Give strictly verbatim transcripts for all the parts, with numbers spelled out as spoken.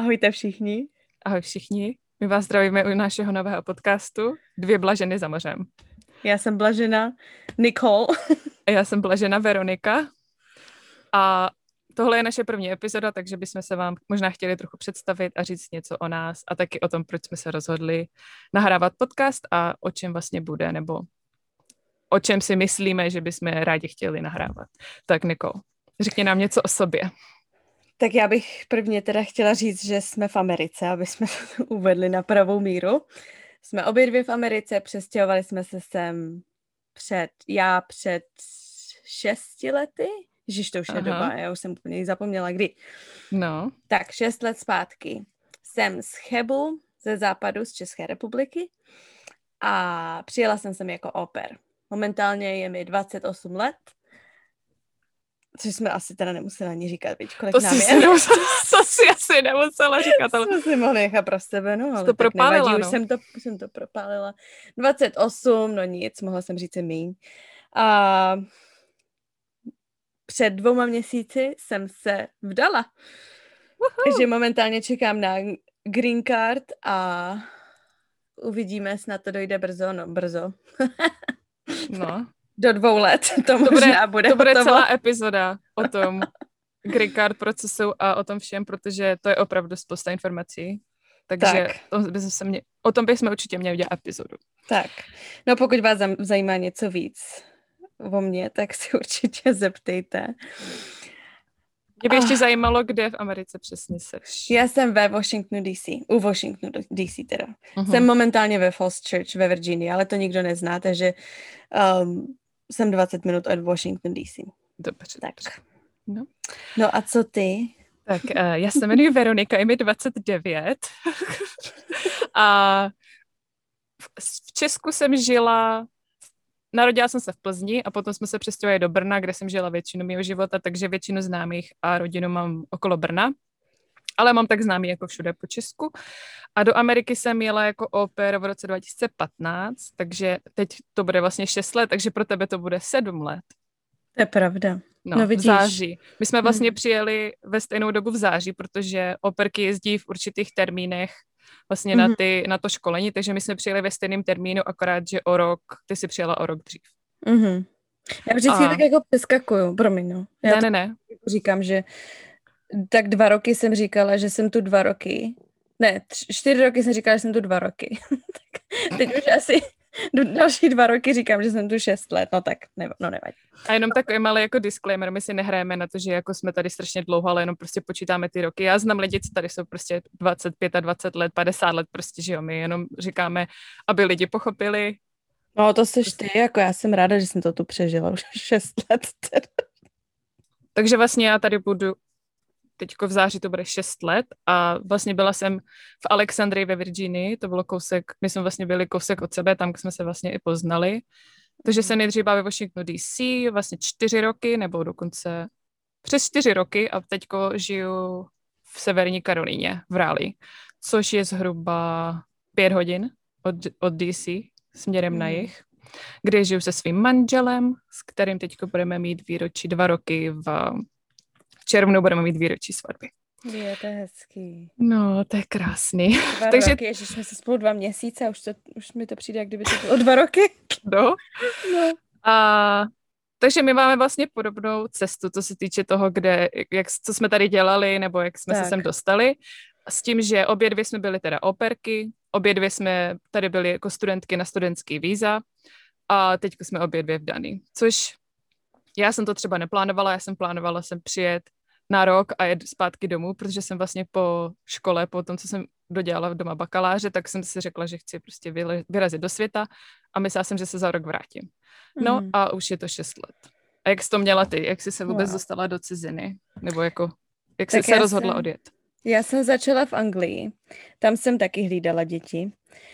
Ahojte všichni. Ahoj všichni, my vás zdravíme u našeho nového podcastu Dvě blaženy za mořem. Já jsem Blažena Nicole. A já jsem Blažena Veronika. A tohle je naše první epizoda, takže bychom se vám možná chtěli trochu představit a říct něco o nás a taky o tom, proč jsme se rozhodli nahrávat podcast a o čem vlastně bude, nebo o čem si myslíme, že bychom rádi chtěli nahrávat. Tak Nicole, řekni nám něco o sobě. Tak já bych prvně teda chtěla říct, že jsme v Americe, aby jsme to uvedli na pravou míru. Jsme obě dvě v Americe, přestěhovali jsme se sem před, já před šesti lety. Ježiš, to už je Aha. doba, já už jsem úplně zapomněla kdy. No. Tak šest let zpátky. Jsem z Chebu, ze západu, z České republiky a přijela jsem sem jako au pair. Momentálně je mi dvacet osm let, což jsme asi teda nemuseli ani říkat, víš, kolik To nám si je. nemusela, to si asi nemusela říkat, ale Jsme si mohli nechat pro sebe, no, ale to tak propálila, nevadí, no. už jsem to, jsem to propálila. dvacet osm, no nic, mohla jsem říct míň. A před dvouma měsíci jsem se vdala. Uhu. Takže momentálně čekám na green card a uvidíme, snad to dojde brzo, no brzo. No. Do dvou let to, To možná bude, bude to bude hotovo. celá epizoda o tom green card procesu a o tom všem, protože to je opravdu spousta informací. Takže Tak. to by se mě, o tom bychom určitě měli udělat epizodu. Tak, no pokud vás zajímá něco víc o mně, tak si určitě zeptejte. Mě by ještě Oh. zajímalo, kde v Americe přesně seš. Já jsem ve Washingtonu D C, u Washingtonu D C teda. Uh-huh. Jsem momentálně ve Falls Church ve Virginii, ale to nikdo nezná, takže um, jsem dvacet minut od Washington D C. Dobře, tak. dobře. No. no a co ty? Tak uh, já se jmenuji Veronika, je mi dvacet devět. A v Česku jsem žila, narodila jsem se v Plzni a potom jsme se přestěhovali do Brna, kde jsem žila většinu mého života, takže většinu známých a rodinu mám okolo Brna. Ale mám tak známý jako všude po Česku. A do Ameriky jsem jela jako au pair v roce dva tisíce patnáct, takže teď to bude vlastně šest let, takže pro tebe to bude sedm let. To je pravda. No, no v září. My jsme vlastně hmm. přijeli ve stejnou dobu v září, protože au pairky jezdí v určitých termínech vlastně mm-hmm. na, ty, na to školení, takže my jsme přijeli ve stejném termínu, akorát, že o rok, ty jsi přijela o rok dřív. Mm-hmm. Já vždycky a... tak jako přeskakuju, promiň, no. Já ne, ne, ne. Říkám, že tak dva roky jsem říkala, že jsem tu dva roky. Ne, tři, čtyři roky jsem říkala, že jsem tu dva roky. tak teď už asi další dva roky říkám, že jsem tu šest let. No tak, ne, no nevadí. A jenom takový malý jako disclaimer, my si nehrajeme na to, že jako jsme tady strašně dlouho, ale jenom prostě počítáme ty roky. Já znám lidi, co tady jsou prostě dvacet pět a dvacet let, padesát let prostě, že jo, my jenom říkáme, aby lidi pochopili. No to seš ty, jako já jsem ráda, že jsem to tu přežila už šest let. Teda. Takže vlastně já tady budu teďko v září to bude šest let a vlastně byla jsem v Alexandrii ve Virginii, to bylo kousek, my jsme vlastně byli kousek od sebe, tam jsme se vlastně i poznali. Takže jsem nejdřív byla ve Washingtonu D C, vlastně čtyři roky, nebo dokonce přes čtyři roky a teďko žiju v Severní Karolíně, v Raleigh, což je zhruba pět hodin od, od D C směrem mm. na jih, kde žiju se svým manželem, s kterým teďko budeme mít výročí dva roky v V červnu budeme mít výročí svatby. Je, to je hezký. No, to je krásný. Dva Takže... roky, ježiš, jsme se spolu dva měsíce a už, to, už mi to přijde, jak kdyby to bylo dva roky. No. no. A takže my máme vlastně podobnou cestu, co se týče toho, kde, jak, co jsme tady dělali, nebo jak jsme tak. se sem dostali. S tím, že obě dvě jsme byli teda au pairky, obě dvě jsme tady byli jako studentky na studentský víza a teď jsme obě dvě vdaný, což já jsem to třeba neplánovala, já jsem plánovala sem přijet na rok a jet zpátky domů, protože jsem vlastně po škole, po tom, co jsem dodělala doma bakaláře, tak jsem si řekla, že chci prostě vyrazit do světa a myslela jsem, že se za rok vrátím. No mm. a už je to šest let. A jak jsi to měla ty? Jak jsi se vůbec wow. dostala do ciziny? Nebo jako, jak jsi tak se rozhodla jsem, odjet? Já jsem začala v Anglii. Tam jsem taky hlídala děti.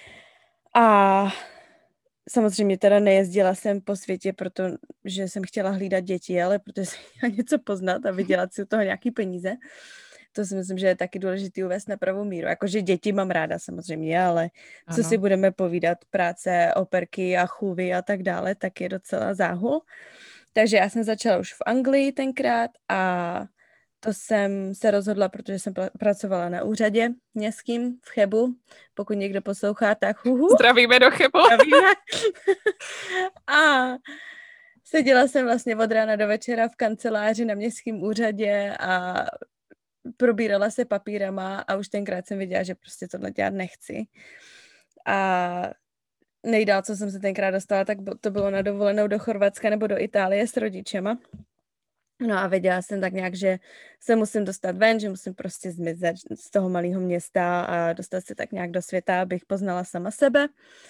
A samozřejmě teda nejezdila jsem po světě, protože jsem chtěla hlídat děti, ale protože jsem chtěla něco poznat a vydělat si u toho nějaký peníze. To si myslím, že je taky důležité uvést na pravou míru. Jakože děti mám ráda samozřejmě, ale ano. Co si budeme povídat, práce, operky a chůvy a tak dále, tak je docela záhul. Takže já jsem začala už v Anglii tenkrát a to jsem se rozhodla, protože jsem pr- pracovala na úřadě městským v Chebu. Pokud někdo poslouchá, tak huhu. Zdravíme do Chebu. Zdravíme. A seděla jsem vlastně od rána do večera v kanceláři na městském úřadě a probírala se papírama a už tenkrát jsem viděla, že prostě tohle dělat nechci. A nejdál, co jsem se tenkrát dostala, tak to bylo na dovolenou do Chorvatska nebo do Itálie s rodičema. No a věděla jsem tak nějak, že se musím dostat ven, že musím prostě zmizet z toho malého města a dostat se tak nějak do světa, abych poznala sama sebe.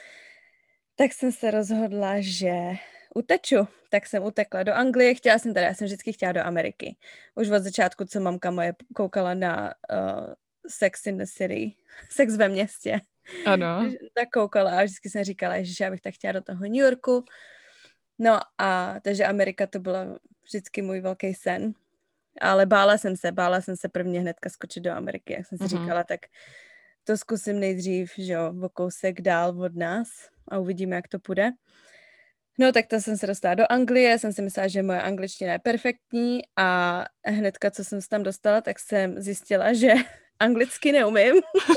Tak jsem se rozhodla, že uteču. Tak jsem utekla do Anglie, chtěla jsem teda, já jsem vždycky chtěla do Ameriky. Už od začátku, co mamka moje koukala na uh, Sex in the City, Sex ve městě. Ano. Tak koukala a vždycky jsem říkala, že já bych tak chtěla do toho New Yorku. No a takže Amerika to byla vždycky můj velký sen. Ale bála jsem se, bála jsem se prvně hnedka skočit do Ameriky. Jak jsem si mm-hmm. říkala, tak to zkusím nejdřív, že jo, o kousek dál od nás a uvidíme, jak to půjde. No tak to jsem se dostala do Anglie, jsem si myslela, že moje angličtina je perfektní a hnedka, co jsem se tam dostala, tak jsem zjistila, že anglicky neumím.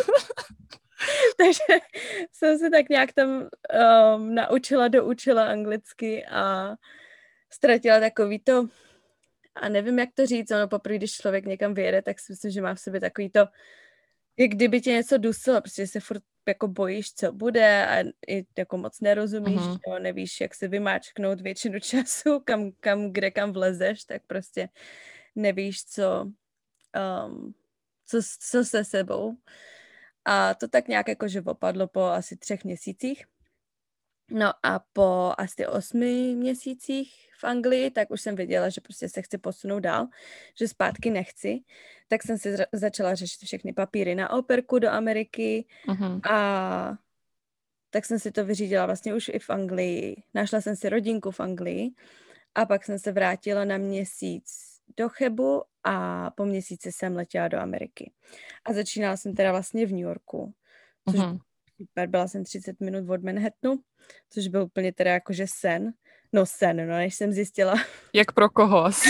Takže jsem se tak nějak tam um, naučila, doučila anglicky a ztratila takový to, a nevím, jak to říct, ono poprvé, když člověk někam vyjede, tak si myslím, že má v sobě takový to, jak kdyby tě něco dusilo, protože se furt jako bojíš, co bude a i jako moc nerozumíš, uh-huh. jo, nevíš, jak se vymáčknout většinu času, kam, kam, kde kam vlezeš, tak prostě nevíš, co, um, co, co se sebou. A to tak nějak jakože opadlo po asi třech měsících. No a po asi osmi měsících v Anglii, tak už jsem věděla, že prostě se chci posunout dál, že zpátky nechci. Tak jsem si zra- začala řešit všechny papíry na operku do Ameriky uh-huh. a tak jsem si to vyřídila vlastně už i v Anglii. Našla jsem si rodinku v Anglii a pak jsem se vrátila na měsíc do Chebu a po měsíci jsem letěla do Ameriky. A začínala jsem teda vlastně v New Yorku, což uh-huh. super, byla jsem třicet minut od Manhattanu, což byl úplně teda jakože sen. No sen, no, než jsem zjistila. Jak pro koho asi?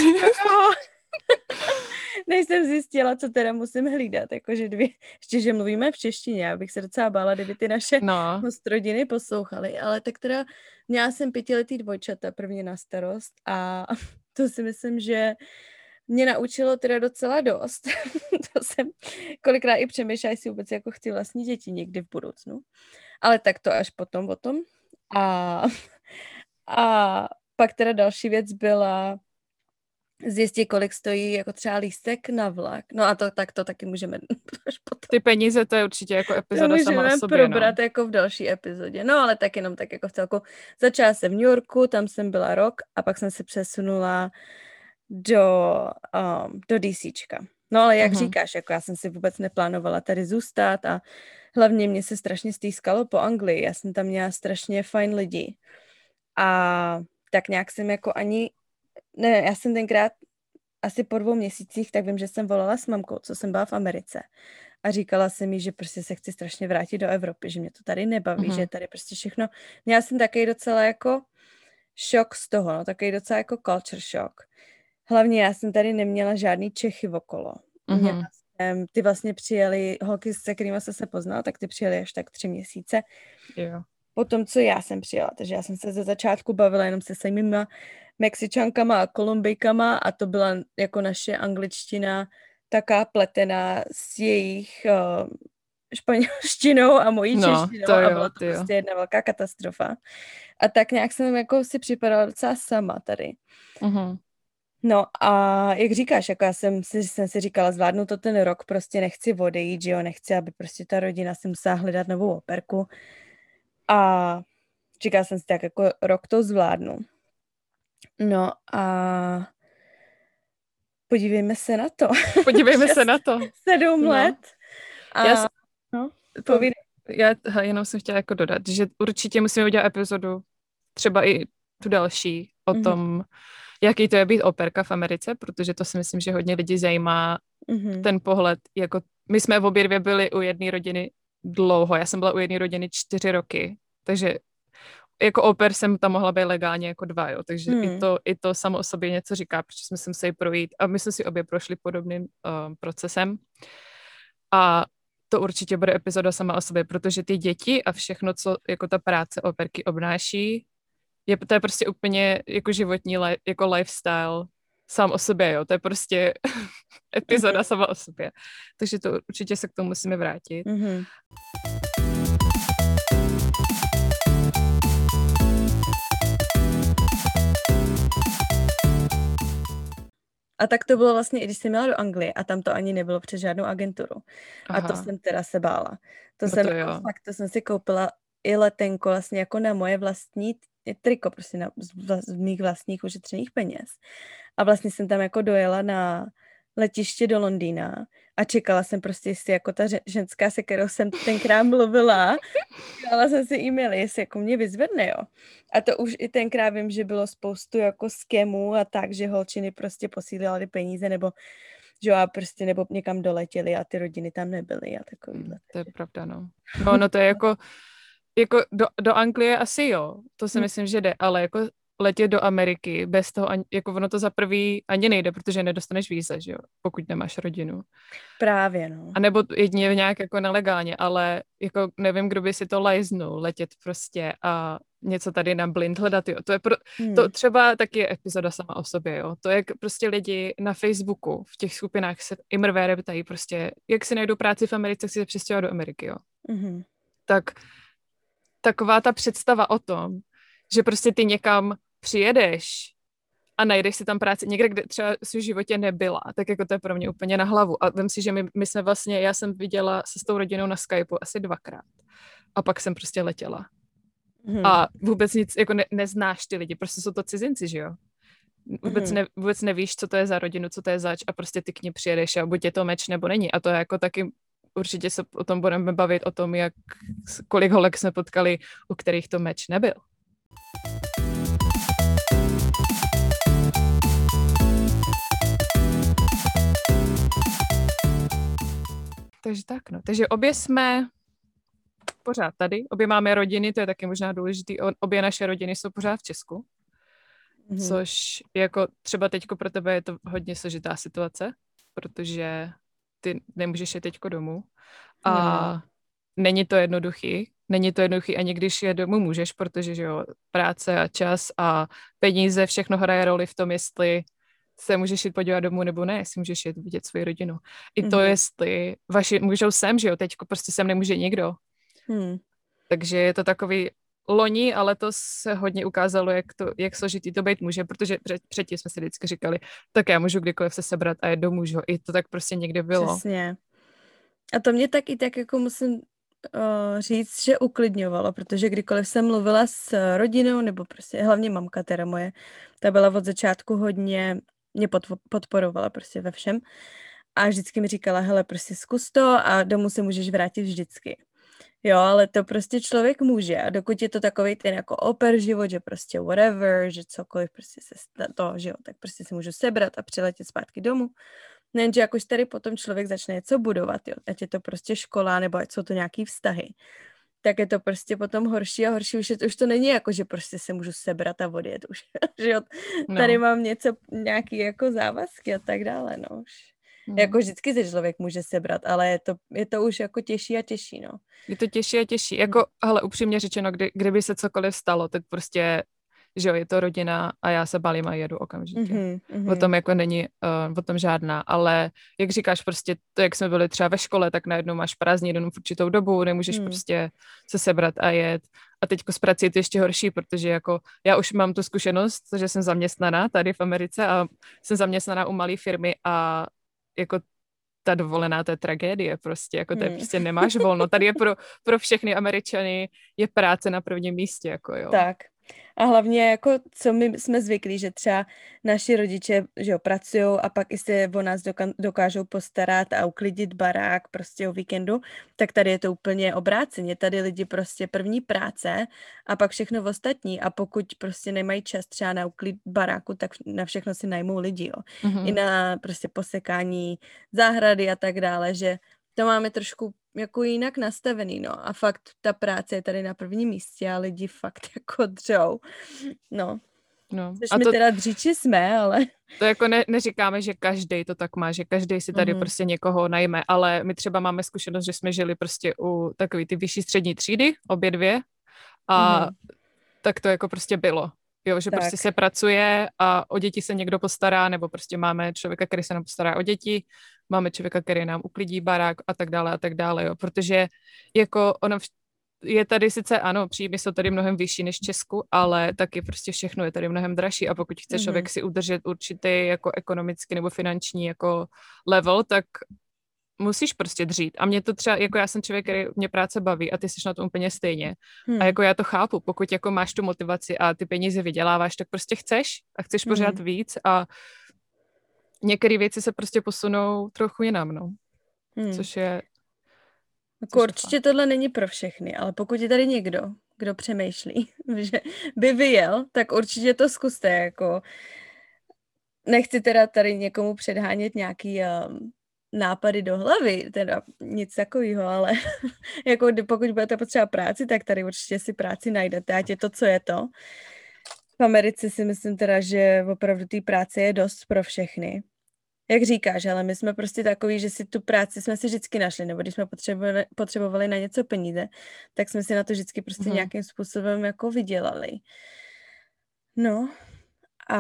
Než jsem zjistila, co teda musím hlídat, jakože dvě, ještě, že mluvíme v češtině, já bych se docela bála, kdyby ty naše no. rodiny poslouchaly, ale tak teda měla jsem pětiletý dvojčata prvně na starost a to si myslím, že mě naučilo teda docela dost. To jsem kolikrát i přemýšlela, jestli vůbec jako chci vlastní děti někdy v budoucnu. Ale tak to až potom o tom. A, a pak teda další věc byla zjistit, kolik stojí jako třeba lístek na vlak. No a to tak to taky můžeme až potom. Ty peníze, to je určitě jako epizoda sama o sobě. Můžeme probrat no. jako v další epizodě. No ale tak jenom tak jako v celku. Začala jsem v New Yorku, tam jsem byla rok a pak jsem se přesunula do, um, do DCčka. No ale jak uh-huh. říkáš, jako já jsem si vůbec neplánovala tady zůstat a hlavně mě se strašně stýskalo po Anglii. Já jsem tam měla strašně fajn lidi. A tak nějak jsem jako ani, ne, já jsem tenkrát asi po dvou měsících, tak vím, že jsem volala s mamkou, co jsem byla v Americe. A říkala jsem jí, že prostě se chci strašně vrátit do Evropy, že mě to tady nebaví, uh-huh. že tady prostě všechno. Měla jsem takový docela jako šok z toho, no, takový docela jako culture shock. Hlavně já jsem tady neměla žádný Čechy okolo. Uh-huh. Měla jsem, ty vlastně přijeli, holky, se kterými jsem se poznala, tak ty přijeli až tak tři měsíce. Jo. Po tom, co já jsem přijela. Takže já jsem se ze začátku bavila jenom se svýma Mexičankama a Kolumbijkama a to byla jako naše angličtina taká pletená s jejich uh, španělštinou a mojí no, češtinou to a jo, byla to prostě jo. jedna velká katastrofa. A tak nějak jsem jako si připadala docela sama tady. Uh-huh. No a jak říkáš, jako já jsem si, jsem si říkala, zvládnu to ten rok, prostě nechci odejít, že jo, nechci, aby prostě ta rodina si musela hledat novou operku. A říkala jsem si tak, jako rok to zvládnu. No a podívejme se na to. Podívejme se na to. Sedm no. let. A já, no, povídej. Já jenom jsem chtěla jako dodat, že určitě musíme udělat epizodu, třeba i tu další, o mm-hmm. tom, jaký to je být operka v Americe, protože to si myslím, že hodně lidí zajímá mm-hmm. ten pohled. Jako my jsme v obě dvě byli u jedné rodiny dlouho, já jsem byla u jedné rodiny čtyři roky, takže jako oper jsem tam mohla být legálně jako dva, jo, takže Hmm. i, to, i to samo o sobě něco říká, protože jsme se museli projít a my jsme si obě prošli podobným uh, procesem. A to určitě bude epizoda sama o sobě, protože ty děti a všechno, co jako ta práce operky obnáší, je, to je prostě úplně jako životní, li, jako lifestyle sám o sobě, jo, to je prostě epizoda Mm-hmm. sama o sobě. Takže to určitě se k tomu musíme vrátit. Mm-hmm. A tak to bylo vlastně, i když jsem měla do Anglie a tam to ani nebylo přes žádnou agenturu. Aha. A to jsem teda se bála. To no jsem to jako jo. fakt, to jsem si koupila i letenku vlastně jako na moje vlastní triko, prostě na, z, z mých vlastních ušetřených peněz. A vlastně jsem tam jako dojela na letiště do Londýna a čekala jsem prostě, jestli jako ta ženská, se kterou jsem tenkrát mluvila, dělala jsem si e-maily, jestli jako mě vyzvedne, jo. A to už i tenkrát vím, že bylo spoustu jako skémů a tak, že holčiny prostě posílaly peníze, nebo že jo, a prostě nebo někam doletěly a ty rodiny tam nebyly a takovýhle. Hmm, to je pravda, no. No, no to je jako, jako do, do Anglie asi jo, to si myslím, že jde, ale jako letět do Ameriky bez toho, ani, jako ono to za prvý ani nejde, protože nedostaneš víza, že jo, pokud nemáš rodinu. Právě, no. A nebo jedině nějak jako nelegálně, ale jako nevím, kdo by si to lajznul, letět prostě a něco tady na blind hledat, jo. To je pro, hmm. to třeba taky je epizoda sama o sobě, jo. To je prostě lidi na Facebooku, v těch skupinách se imrvére ptají prostě, jak si najdou práci v Americe, chci se přestěhovat do Ameriky, jo. Mm-hmm. Tak taková ta představa o tom, že prostě ty někam přijedeš a najdeš si tam práci někde, kde třeba si v životě nebyla, tak jako to je pro mě úplně na hlavu. A vem si, že my, my jsme vlastně, já jsem viděla se s tou rodinou na Skypeu asi dvakrát. A pak jsem prostě letěla. Hmm. A vůbec nic, jako ne, neznáš ty lidi, prostě jsou to cizinci, že jo? Vůbec, ne, vůbec nevíš, co to je za rodinu, co to je zač a prostě ty k ní přijedeš a buď je to meč, nebo není. A to je jako taky, určitě se o tom budeme bavit, o tom, jak, kolik holek jsme potkali, u kterých to meč nebyl. Takže tak, no. Takže obě jsme pořád tady, obě máme rodiny, to je taky možná důležitý, obě naše rodiny jsou pořád v Česku, mm-hmm. což jako třeba teďko pro tebe je to hodně složitá situace, protože ty nemůžeš je teďko domů a mm. není to jednoduchý, není to jednoduchý ani když je domů můžeš, protože že jo, práce a čas a peníze, všechno hraje roli v tom, jestli se můžeš jít podívat domů nebo ne, jestli můžeš jít vidět svoji rodinu. I to, mm-hmm. jestli vaši můžou sem, že jo, teďko prostě sem nemůže nikdo. Mm. Takže je to takový loni, ale to se hodně ukázalo, jak, to, jak složitý to být může, protože před, předtím jsme si vždycky říkali, tak já můžu kdykoliv se sebrat a jít domů, že jo, i to tak prostě někde bylo. Přesně. A to mě tak i tak jako musím uh, říct, že uklidňovalo, protože kdykoliv jsem mluvila s rodinou, nebo prostě hlavně mamka teda moje, ta byla od začátku hodně, mě podporovala prostě ve všem a vždycky mi říkala, hele, prostě zkus to a domů se můžeš vrátit vždycky. Jo, ale to prostě člověk může a dokud je to takovej ten jako oper život, že prostě whatever, že cokoliv prostě se to, že jo, tak prostě se můžu sebrat a přiletět zpátky domů. Nejenže jak už tady potom člověk začne něco budovat, jo, ať je to prostě škola, nebo ať jsou to nějaký vztahy, tak je to prostě potom horší a horší, už, je to, už to není jako, že prostě se můžu sebrat a odjet už, že jo, tady no. mám něco, nějaký jako závazky a tak dále, no už. Hmm. Jako vždycky se člověk může sebrat, ale je to, je to už jako těžší a těžší, no. Je to těžší a těžší. Jako, hele, upřímně řečeno, kdy, kdyby se cokoliv stalo, tak prostě, že jo, je to rodina a já se balím a jedu okamžitě. Mm-hmm, mm-hmm. O tom jako není, uh, o tom žádná, ale jak říkáš, prostě to, jak jsme byli třeba ve škole, tak najednou máš prázdniny jenom v určitou dobu, nemůžeš mm. prostě se sebrat a jet. A teďko z prací je to ještě horší, protože jako já už mám tu zkušenost, že jsem zaměstnaná tady v Americe a jsem zaměstnaná u malé firmy a jako ta dovolená, to je tragédie prostě, jako to je, hmm. prostě nemáš volno. Tady je pro, pro všechny Američany je práce na prvním místě, jako jo. Tak. A hlavně jako, co my jsme zvyklí, že třeba naši rodiče, že jo, pracujou a pak i se o nás dokážou postarat a uklidit barák prostě o víkendu, tak tady je to úplně obráceně. Tady lidi prostě první práce a pak všechno ostatní a pokud prostě nemají čas třeba na uklid baráku, tak na všechno si najmou lidi, jo. Mm-hmm. I na prostě posekání zahrady a tak dále, že to máme trošku jako jinak nastavený, no. A fakt ta práce je tady na prvním místě a lidi fakt jako dřou. No. No. Což A my to, teda dříči jsme, ale... to jako ne, neříkáme, že každý to tak má, že každý si tady Mhm. prostě někoho najme, ale my třeba máme zkušenost, že jsme žili prostě u takový ty vyšší střední třídy, obě dvě, a Mhm. tak to jako prostě bylo. Jo, že Tak. prostě se pracuje a o děti se někdo postará, nebo prostě máme člověka, který se nám postará o děti, máme člověka, který nám uklidí barák a tak dále a tak dále, jo, protože jako ono vš- je tady sice, ano, příjmy jsou tady mnohem vyšší než v Česku, ale taky prostě všechno je tady mnohem dražší a pokud chce Mhm. člověk si udržet určitý jako ekonomický nebo finanční jako level, tak musíš prostě dřít. A mě to třeba, jako já jsem člověk, který mě práce baví a ty jsi na tom úplně stejně. Hmm. A jako já to chápu, pokud jako máš tu motivaci a ty peníze vyděláváš, tak prostě chceš a chceš pořád Hmm. víc a některé věci se prostě posunou trochu jinam, no. Hmm. Což je... Jako určitě tohle není pro všechny, ale pokud je tady někdo, kdo přemýšlí, že by vyjel, tak určitě to zkuste, jako nechci teda tady někomu předhánět nějaký um, nápady do hlavy, teda nic takového, ale jako pokud budete potřebovat práci, tak tady určitě si práci najdete, ať je to, co je to. V Americe si myslím teda, že opravdu té práce je dost pro všechny. Jak říkáš, ale my jsme prostě takový, že si tu práci jsme si vždycky našli, nebo když jsme potřebovali, potřebovali na něco peníze, tak jsme si na to vždycky prostě Mhm. nějakým způsobem jako vydělali. No a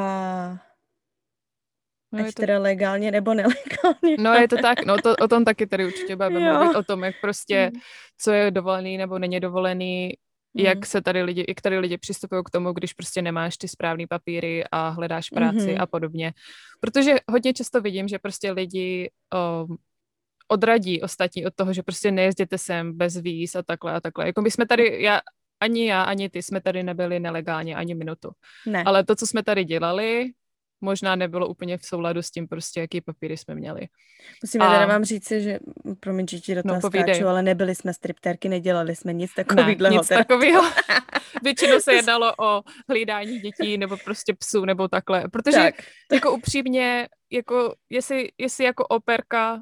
No, ať je to... teda legálně nebo nelegálně. No je to tak, no to, o tom taky tady určitě budeme Jo. mluvit, o tom, jak prostě, Mm. co je dovolený nebo není dovolený, Mm. jak se tady lidi, jak tady lidi přistupují k tomu, když prostě nemáš ty správné papíry a hledáš práci Mhm. a podobně. Protože hodně často vidím, že prostě lidi um, odradí ostatní od toho, že prostě nejezděte sem bez víz a takhle a takhle. Jako my jsme tady, já, ani já, ani ty jsme tady nebyli nelegálně ani minutu. Ne. Ale to, co jsme tady dělali, možná nebylo úplně v souladu s tím prostě, jaký papíry jsme měli. Musíme A- teda vám říci, že, promiň, že ti do toho No, povídej. skáču, ale nebyli jsme striptérky, nedělali jsme nic Ne, takovýhleho. nic teda. takového. Většinou se jednalo o hlídání dětí nebo prostě psů nebo takhle. Protože Tak. jako upřímně, jako jestli, jestli jako operka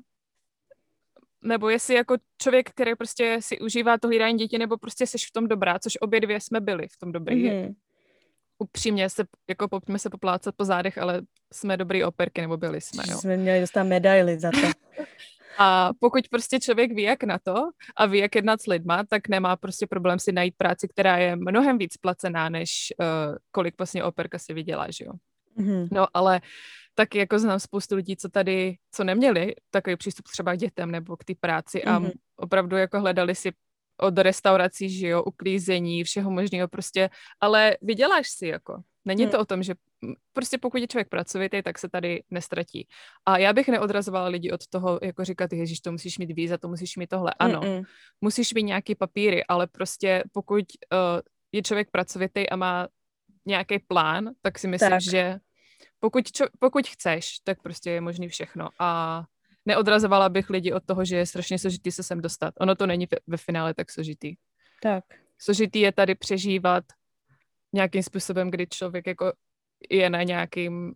nebo jestli jako člověk, který prostě si užívá to hlídání dětí, nebo prostě seš v tom dobrá, což obě dvě jsme byli v tom dobrý. Mhm. Upřímně se, jako pojďme se poplácat po zádech, ale jsme dobrý operky, nebo byli jsme, Že jo. jsme měli dostat medaily za to. A pokud prostě člověk ví, jak na to a ví, jak jednat s lidma, tak nemá prostě problém si najít práci, která je mnohem víc placená, než uh, kolik vlastně operka si vydělá, že jo. Mhm. No, ale taky jako znám spoustu lidí, co tady, co neměli takový přístup třeba k dětem nebo k té práci a Mhm. opravdu jako hledali si od restaurací, že jo, uklízení, všeho možného prostě, ale vyděláš si jako. Není Hmm. to o tom, že mm, prostě pokud je člověk pracovitý, tak se tady nestratí. A já bych neodrazovala lidi od toho, jako říkat, ježiš, to musíš mít víza, to musíš mít tohle. Ano, Mm-mm. musíš mít nějaký papíry, ale prostě pokud uh, je člověk pracovitý a má nějaký plán, tak si myslím, Tak. že pokud, čo, pokud chceš, tak prostě je možný všechno. A neodrazovala bych lidi od toho, že je strašně složitý se sem dostat. Ono to není ve, ve finále tak složitý. Tak. Složitý je tady přežívat nějakým způsobem, kdy člověk jako je na nějakým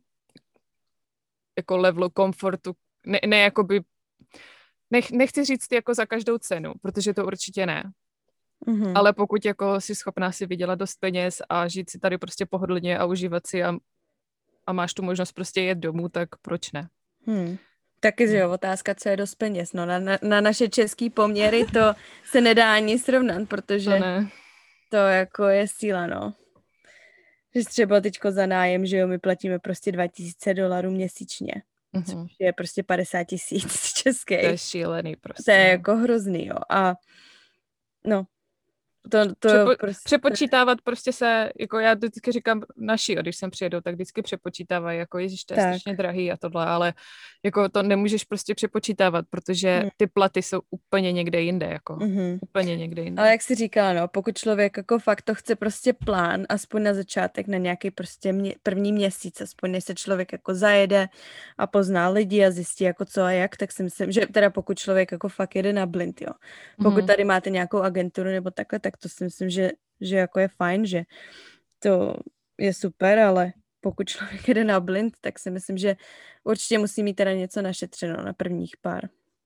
jako levelu komfortu, ne, ne jakoby, nech, nechci říct jako za každou cenu, protože to určitě ne. Mhm. Ale pokud jako jsi schopná si vydělat dost peněz a žít si tady prostě pohodlně a užívat si a, a máš tu možnost prostě jet domů, tak proč ne? Hmm. Taky, že jo, otázka, co je dost peněz. No, na, na, na naše český poměry to se nedá ani srovnat, protože To ne. to jako je síla, no. Že třeba teďko za nájem, že jo, my platíme prostě dva tisíce dolarů měsíčně. Mhm. Je prostě padesát tisíc českých. To je šílený prostě. To je no. jako hrozný, jo. A no, to, to Přepo, prostě... Přepočítávat prostě se, jako já vždycky říkám naši, když sem přijedou, tak vždycky přepočítávají, jako ježiš, to je Tak. strašně drahý a tohle, ale jako to nemůžeš prostě přepočítávat, protože Hmm. ty platy jsou úplně někde jinde, jako Mhm. úplně někde jinde. Ale jak jsi říkala, no, pokud člověk jako fakt to chce prostě plán, aspoň na začátek, na nějaký prostě mě, první měsíc, aspoň než se člověk jako zajede a pozná lidi a zjistí jako co a jak, tak si myslím, že teda pokud člověk jako fakt jede na blind, jo. Pokud Mhm. tady máte nějakou agenturu nebo takhle, tak to si myslím, že, že jako je fajn, že to je super, ale pokud člověk jede na blind, tak si myslím, že určitě musí mít teda něco našetřeno na prvních pár.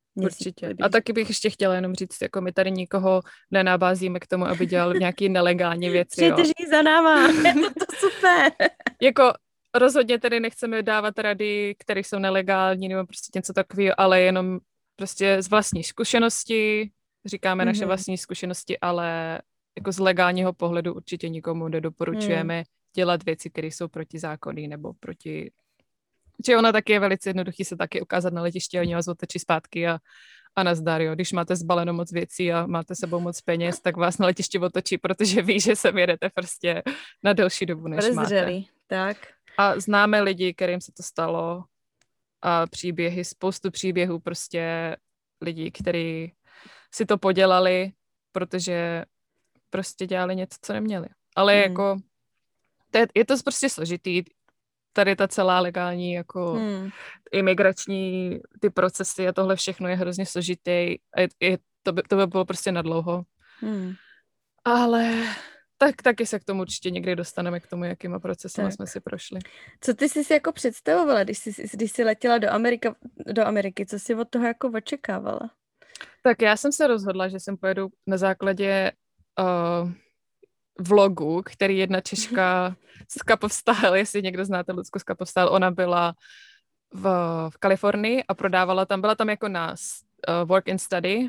Určitě. A taky bych ještě chtěla jenom říct, jako my tady nikoho nenabázíme k tomu, aby dělal nějaký nelegální věci. Přijďte za náma, je to super. Jako rozhodně tedy nechceme dávat rady, které jsou nelegální nebo prostě něco takového, ale jenom prostě z vlastní zkušenosti, říkáme mm-hmm. naše vlastní zkušenosti, ale jako z legálního pohledu určitě nikomu nedoporučujeme mm. dělat věci, které jsou protizákonné nebo proti... Čiže ono taky je velice jednoduchý se taky ukázat na letišti a oni vás otočí zpátky a, a nazdar, jo. Když máte zbaleno moc věcí a máte sebou moc peněz, tak vás na letišti otočí, protože ví, že sem jedete prostě na delší dobu, než Prezřeli, máte. tak. A známe lidi, kterým se to stalo a příběhy, spoustu příběhů prostě lidí, kteří si to podělali, protože prostě dělali něco, co neměli. Ale hmm. jako to je, je to prostě složitý. Tady ta celá legální jako hmm. imigrační ty procesy a tohle všechno je hrozně složitý. A je, je, to, by, to by bylo prostě nadlouho. Hmm. Ale tak, taky se k tomu určitě někdy dostaneme, k tomu, jakýma procesama jsme si prošli. Co ty jsi si jako představovala, když jsi, když jsi letěla do, Amerika, do Ameriky? Co jsi od toho jako očekávala? Tak já jsem se rozhodla, že jsem pojedu na základě uh, vlogu, který jedna Češka z Cup of Style, jestli někdo znáte Lucku z Cup of Style, ona byla v, v Kalifornii a prodávala tam, byla tam jako nás uh, work and study,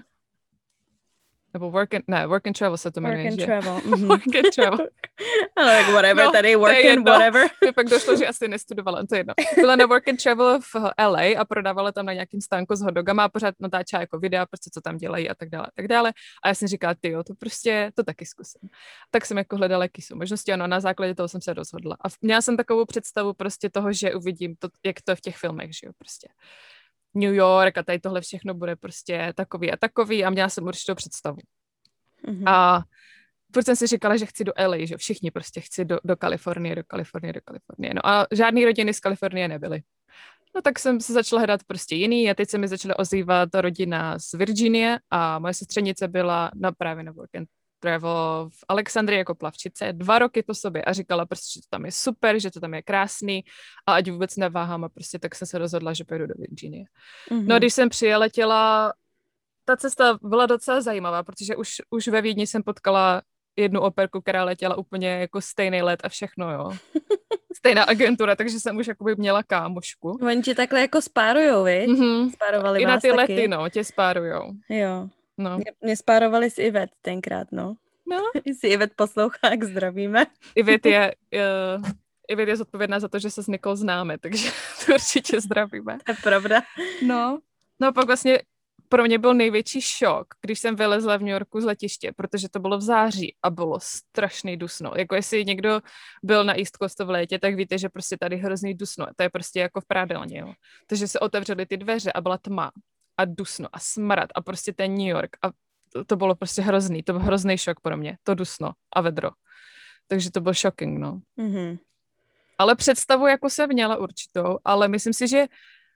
nebo work and, ne, work and travel se to jmenuje, Work and že? travel. Mm-hmm. Work and travel. Ale like whatever, no, tady work and whatever. Mě pak došlo, že asi nestudovala, to je jedno. Byla na work and travel v L A a prodávala tam na nějakým stánku s hotdogama a pořád natáčela jako videa, prostě co tam dělají a tak dále, a tak dále. A já jsem říkala, ty jo, to prostě, to taky zkusím. Tak jsem jako hledala, jaký jsou možnosti, ano, a na základě toho jsem se rozhodla. A měla jsem takovou představu prostě toho, že uvidím to, jak to je v těch filmech, že jo, prostě. New York a tady tohle všechno bude prostě takový a takový a měla jsem určitou představu. Mm-hmm. A protože jsem si říkala, že chci do L A, že všichni prostě chci do, do Kalifornie, do Kalifornie, do Kalifornie. No a žádný rodiny z Kalifornie nebyly. No tak jsem se začala hledat prostě jiný a teď se mi začala ozývat rodina z Virginie a moje sestřenice byla na právě na work and travel v Alexandrii jako plavčice dva roky po sobě a říkala prostě, že to tam je super, že to tam je krásný a ať vůbec neváhám a prostě tak jsem se rozhodla, že pojedu do Virginie. Mm-hmm. No a když jsem přijeletěla, ta cesta byla docela zajímavá, protože už, už ve Vídni jsem potkala jednu operku, která letěla úplně jako stejný let a všechno, jo. Stejná agentura, takže jsem už jakoby měla kámošku. Oni ti takhle jako spárujou, viď? Mm-hmm. Spárovali I vás na ty taky. lety, no, tě spárujou. Jo. No. Mě, mě spárovali s Ivet tenkrát, no. No. Jestli Ivet poslouchá, jak zdravíme. Ivet je, uh, Ivet je zodpovědná za to, že se s Nikol známe, takže to určitě zdravíme. To je pravda. No. No a pak vlastně pro mě byl největší šok, když jsem vylezla v New Yorku z letiště, protože to bylo v září a bylo strašný dusno. Jako jestli někdo byl na East Coastu v létě, tak víte, že prostě tady hrozný dusno. To je prostě jako v prádelně, jo. Takže se otevřely ty dveře a byla tma a dusno a smrad a prostě ten New York a to, to bylo prostě hrozný. To byl hrozný šok pro mě. To dusno a vedro. Takže to byl shocking, no. Mm-hmm. Ale představu jako jsem měla určitou, ale myslím si, že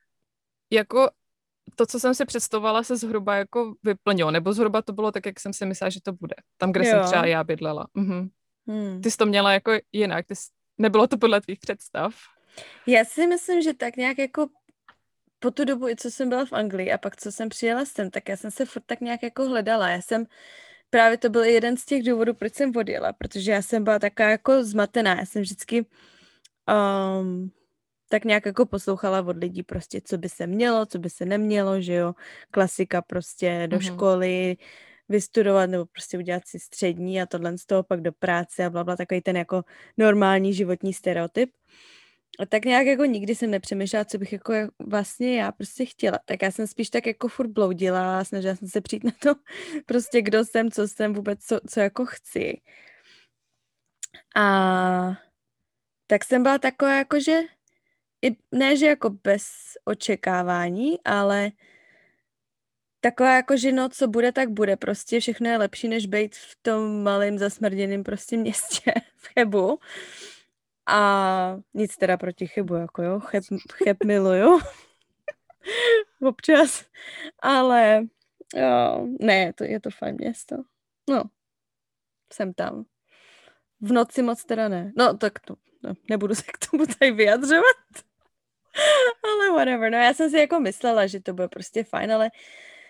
jako to, co jsem si představovala, se zhruba jako vyplnilo, nebo zhruba to bylo tak, jak jsem si myslela, že to bude. Tam, kde jo. jsem třeba já bydlela. Mhm. Hmm. Ty jsi to měla jako jinak, ty jsi... nebylo to podle tvých představ? Já si myslím, že tak nějak jako po tu dobu, co jsem byla v Anglii a pak co jsem přijela sem, tak já jsem se furt tak nějak jako hledala. Já jsem, právě to byl jeden z těch důvodů, proč jsem odjela, protože já jsem byla taková jako zmatená. Já jsem vždycky um, tak nějak jako poslouchala od lidí prostě, co by se mělo, co by se nemělo, že jo, klasika prostě do mm-hmm. školy, vystudovat nebo prostě udělat si střední a tohle z toho pak do práce a blabla, takový ten jako normální životní stereotyp. A tak nějak jako nikdy jsem nepřemýšlela, co bych jako vlastně já prostě chtěla. Tak já jsem spíš tak jako furt bloudila, snažila jsem se přijít na to prostě kdo jsem, co jsem vůbec, co, co jako chci. A tak jsem byla taková jako, že i, ne, že jako bez očekávání, ale taková jako, že no, co bude, tak bude. Prostě všechno je lepší, než být v tom malém zasmrděném prostě městě v Chebu. A nic teda proti Chebu, jako jo, Cheb, Cheb miluju. Občas. Ale jo, ne, to, je to fajn město. No, jsem tam. V noci moc teda ne. No, tak to, no, nebudu se k tomu tady vyjadřovat. Ale whatever, no já jsem si jako myslela, že to bude prostě fajn, ale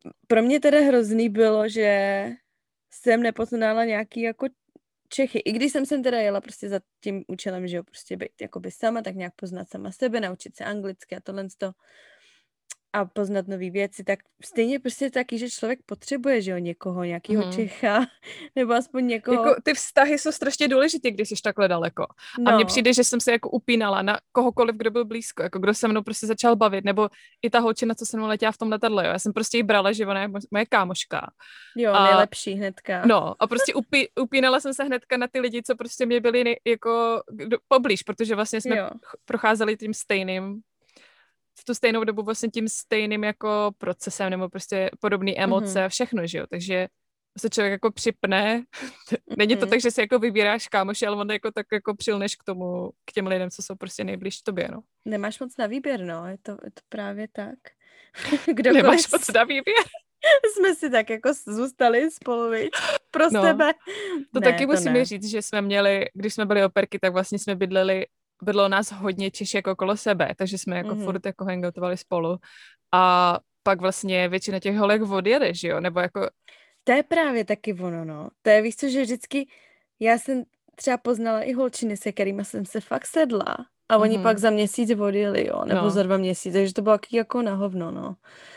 pro mě teda hrozný bylo, že jsem nepoznala nějaký jako Čechy. I když jsem sem teda jela prostě za tím účelem, že jo, prostě být jakoby sama, tak nějak poznat sama sebe, naučit se anglicky a tohle to a poznat nové věci, tak stejně prostě taky, že člověk potřebuje, že jo, někoho, nějakého Mhm. Čecha, nebo aspoň někoho. Jako ty vztahy jsou strašně důležité, když jsi takhle daleko. A No, mně přijde, že jsem se jako upínala na kohokoliv, kdo byl blízko, jako kdo se mnou prostě začal bavit, nebo i ta holčina, co se mnou letěla v tom letadle, jo. Já jsem prostě jí brala, že ona je mo- moje kámoška. jo, A nejlepší hnedka. no, a prostě upí, upínala jsem se hnedka na ty lidi, co prostě mě byli nej, jako kdo, poblíž, protože vlastně jsme Jo. ch- procházeli tím stejným, v tu stejnou dobu vlastně tím stejným jako procesem, nebo prostě podobné emoce Mhm. a všechno, že jo, takže se člověk jako připne. Není to Mhm. tak, že si jako vybíráš kámoši, ale on jako tak jako přilneš k tomu, k těm lidem, co jsou prostě nejblíž tobě, no. Nemáš moc na výběr, no, je to, je to právě tak. Kdokoliv Nemáš moc na výběr. jsme si tak jako zůstali spolu, viď? Pro No, sebe. To ne, taky to musíme ne. říct, že jsme měli, když jsme byli operky, tak vlastně jsme bydleli, bydlo nás hodně Češek okolo sebe, takže jsme jako Mhm. furt jako hangoutovali spolu. A pak vlastně většina těch holek odjede, že jo, nebo jako To je právě taky ono, no. To je, víš co, že vždycky, já jsem třeba poznala i holčiny, se kterými jsem se fakt sedla. A oni Mhm. pak za měsíc odjeli, jo, nebo No. za dva měsíce, takže to bylo taky jako na hovno, no.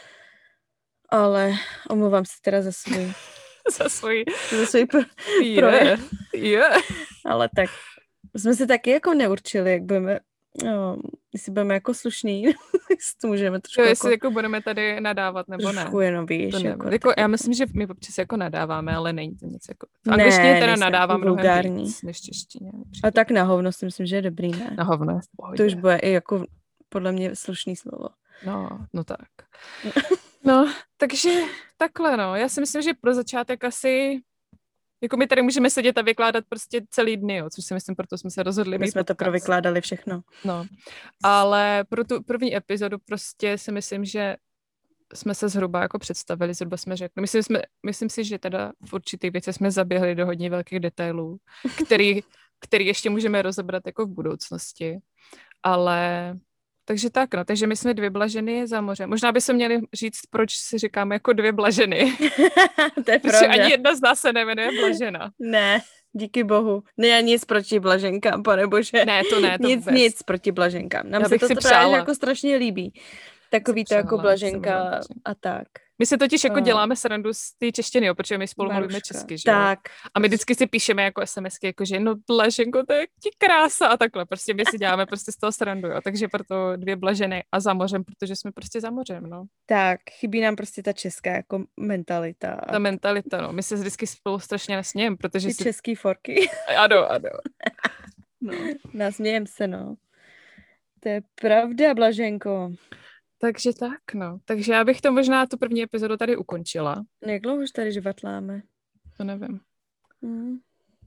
Ale omlouvám se teda za svůj, za svůj za svůj pro, je, projev. je. Ale tak jsme se taky jako neurčili, jak budeme, no, jestli budeme jako slušný, jestli to můžeme trošku Jo, jako, jestli jako budeme tady nadávat, nebo ne. trošku jenom, víš, To jako, nevím. Jako, tak já jako, myslím, že my občas jako nadáváme, ale není to nic jako... V ne, angličtině teda nejsem nadávám jako mnohem vulgární. víc než češtině. A tak na hovno si myslím, že je dobrý, ne? Na hovno, v To pohodě. už bude i jako podle mě slušný slovo. No, no tak. No, takže takhle, no. Já si myslím, že pro začátek asi, jako my tady můžeme sedět a vykládat prostě celý dny, jo, což si myslím, proto jsme se rozhodli My mít jsme to podcast. provykládali všechno. No, ale pro tu první epizodu prostě si myslím, že jsme se zhruba jako představili, zhruba jsme řekli. Myslím, jsme, myslím si, že teda v určitých věcech jsme zaběhli do hodně velkých detailů, který, který ještě můžeme rozebrat jako v budoucnosti. Ale takže tak, no. Takže my jsme dvě blaženy za mořem. Možná by se měli říct, proč si říkáme jako dvě blaženy. To je Protože pravda. ani jedna z nás se nemenuje Blažena. Ne, díky bohu. Ne, nic proti blaženkám, panebože. Ne, to ne, to Nic, vůbec. nic proti blaženkám. Nám Já se bych to si právě přála. jako strašně líbí. Takový to přála, jako jsem blaženka byla blaženka. a tak. My si totiž jako A- děláme srandu z té češtiny, jo, protože my spolu mluvíme Maruška. česky, že jo? Tak. A my vždycky si píšeme jako SMSky, jako že no Blaženko, to je ti krása a takhle. Prostě my si děláme prostě z toho srandu, jo. Takže proto dvě blaženy a za mořem, protože jsme prostě za mořem, no. Tak, chybí nám prostě ta česká jako mentalita. Ta mentalita, no. My se vždycky spolu strašně nasmějeme, protože Ty si... český forky. Ano, ano. No. Nasmějem se, no. To je pravda, Blaženko. Takže tak, no. Takže já bych to možná tu první epizodu tady ukončila. Jak dlouho už tady žvatláme? To nevím. Hmm.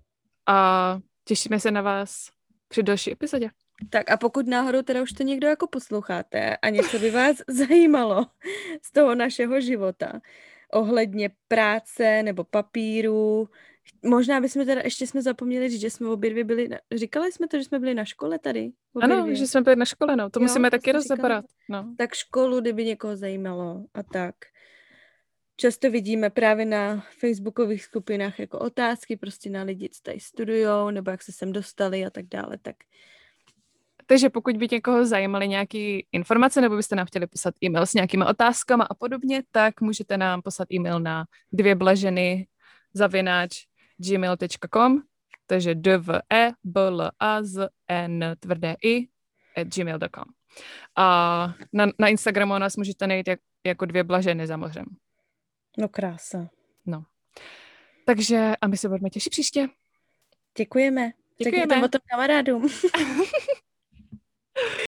A těšíme se na vás při další epizodě. Tak a pokud náhodou teda už to někdo jako posloucháte a něco by vás zajímalo z toho našeho života, ohledně práce nebo papíru, možná bychom teda, ještě jsme zapomněli říct, že jsme obě dvě byli, na, říkali jsme to, že jsme byli na škole tady? Obě Ano, dvě. že jsme byli na škole, no. To Jo, musíme to taky jste říkali. rozebrat. No. Tak školu, kdyby někoho zajímalo a tak. Často vidíme právě na facebookových skupinách jako otázky prostě na lidi, co tady studujou, nebo jak se sem dostali a tak dále, tak Takže pokud by někoho zajímaly nějaké informace, nebo byste nám chtěli poslat e-mail s nějakými otázkami a podobně, tak můžete nám poslat e-mail na dvě blaženy zavináč gmail tečka com, takže dve b l a z n tvrdé i at gmail tečka com. A na, na Instagramu nás můžete najít jak, jako dvě blaženy za mořem. no krása. No. Takže a my se budeme těšit příště. Děkujeme. Děkujeme. Řekněte o tom kamarádům.